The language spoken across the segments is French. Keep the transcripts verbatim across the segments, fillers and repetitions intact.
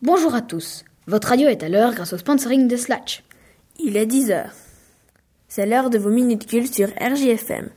Bonjour à tous, votre radio est à l'heure grâce au sponsoring de Slash. Il est dix heures. C'est l'heure de vos minutes cultes sur R J F M.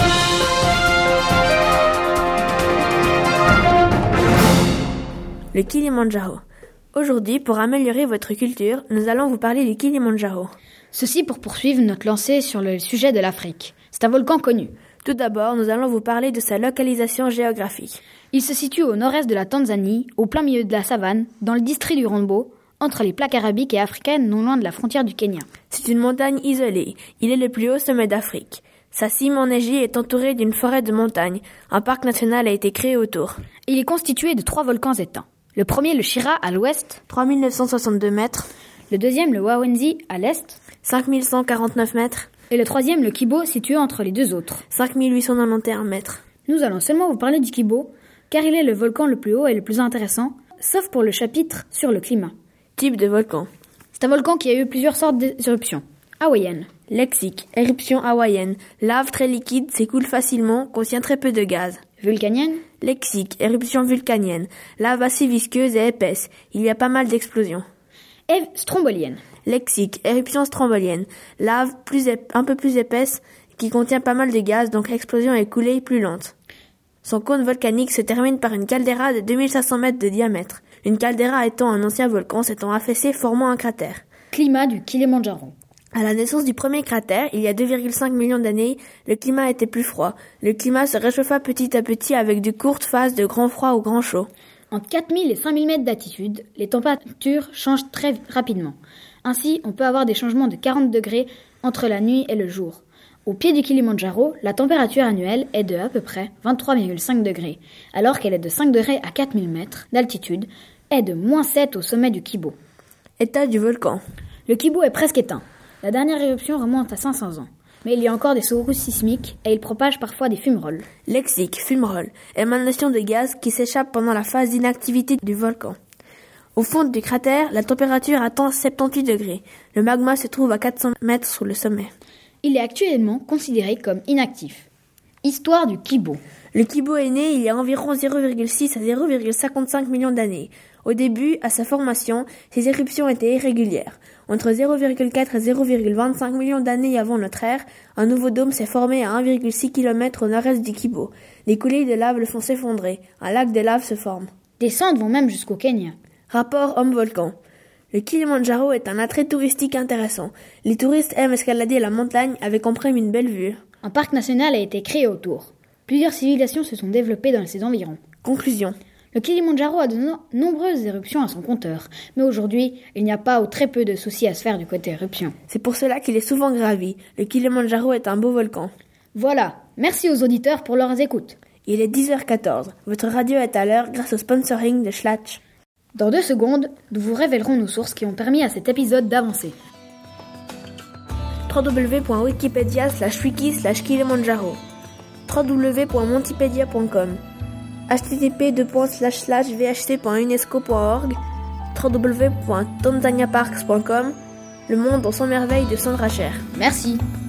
Le Kilimandjaro. Aujourd'hui, pour améliorer votre culture, nous allons vous parler du Kilimandjaro. Ceci pour poursuivre notre lancée sur le sujet de l'Afrique. C'est un volcan connu. Tout d'abord, nous allons vous parler de sa localisation géographique. Il se situe au nord-est de la Tanzanie, au plein milieu de la savane, dans le district du Rombo, entre les plaques arabiques et africaines non loin de la frontière du Kenya. C'est une montagne isolée. Il est le plus haut sommet d'Afrique. Sa cime enneigée est entourée d'une forêt de montagnes. Un parc national a été créé autour. Il est constitué de trois volcans éteints. Le premier, le Shira, à l'ouest, trois mille neuf cent soixante-deux mètres. Le deuxième, le Wawenzi, à l'est, cinq mille cent quarante-neuf mètres. Et le troisième, le Kibo, situé entre les deux autres, cinq mille huit cent quatre-vingt-onze mètres. Nous allons seulement vous parler du Kibo, car il est le volcan le plus haut et le plus intéressant, sauf pour le chapitre sur le climat. Type de volcan. C'est un volcan qui a eu plusieurs sortes d'éruptions. Hawaïenne. Lexique, éruption hawaïenne. Lave très liquide, s'écoule facilement, contient très peu de gaz. Vulcanienne. Lexique, éruption vulcanienne. Lave assez visqueuse et épaisse. Il y a pas mal d'explosions. Et strombolienne. Lexique, éruption strombolienne. Lave plus ép- un peu plus épaisse qui contient pas mal de gaz, donc l'explosion est coulée plus lente. Son cône volcanique se termine par une caldeira de deux mille cinq cents mètres de diamètre. Une caldeira étant un ancien volcan s'étant affaissé formant un cratère. Climat du Kilimandjaro. À la naissance du premier cratère, il y a deux virgule cinq millions d'années, le climat était plus froid. Le climat se réchauffa petit à petit avec de courtes phases de grand froid ou grand chaud. Entre quatre mille et cinq mille mètres d'altitude, les températures changent très rapidement. Ainsi, on peut avoir des changements de quarante degrés entre la nuit et le jour. Au pied du Kilimandjaro, la température annuelle est de à peu près vingt-trois virgule cinq degrés, alors qu'elle est de cinq degrés à quatre mille mètres d'altitude et de moins sept au sommet du Kibo. État du volcan. Le Kibo est presque éteint. La dernière éruption remonte à cinq cents ans. Mais il y a encore des secousses sismiques et il propage parfois des fumerolles. Lexique, fumerolles, émanation de gaz qui s'échappe pendant la phase d'inactivité du volcan. Au fond du cratère, la température atteint soixante-dix degrés. Le magma se trouve à quatre cents mètres sous le sommet. Il est actuellement considéré comme inactif. Histoire du Kibo. Le Kibo est né il y a environ zéro virgule six à zéro virgule cinquante-cinq millions d'années. Au début, à sa formation, ses éruptions étaient irrégulières. Entre zéro virgule quatre et zéro virgule vingt-cinq millions d'années avant notre ère, un nouveau dôme s'est formé à un virgule six kilomètres au nord-est du Kibo. Les coulées de lave le font s'effondrer. Un lac de lave se forme. Des cendres vont même jusqu'au Kenya. Rapport homme-volcan. Le Kilimandjaro est un attrait touristique intéressant. Les touristes aiment escalader la montagne avec en prime une belle vue. Un parc national a été créé autour. Plusieurs civilisations se sont développées dans ses environs. Conclusion. Le Kilimandjaro a de no- nombreuses éruptions à son compteur, mais aujourd'hui, il n'y a pas ou très peu de soucis à se faire du côté éruption. C'est pour cela qu'il est souvent gravi. Le Kilimandjaro est un beau volcan. Voilà, merci aux auditeurs pour leurs écoutes. Il est dix heures quatorze. Votre radio est à l'heure grâce au sponsoring de Slash. Dans deux secondes, nous vous révélerons nos sources qui ont permis à cet épisode d'avancer. w w w point wikipedia slash wiki slash Kilimandjaro w w w point montipedia point com h t t p deux slash slash v h c point unesco point org w w w point tanzania parks point com. Le monde en cent merveilles de Sandra Cher. Merci.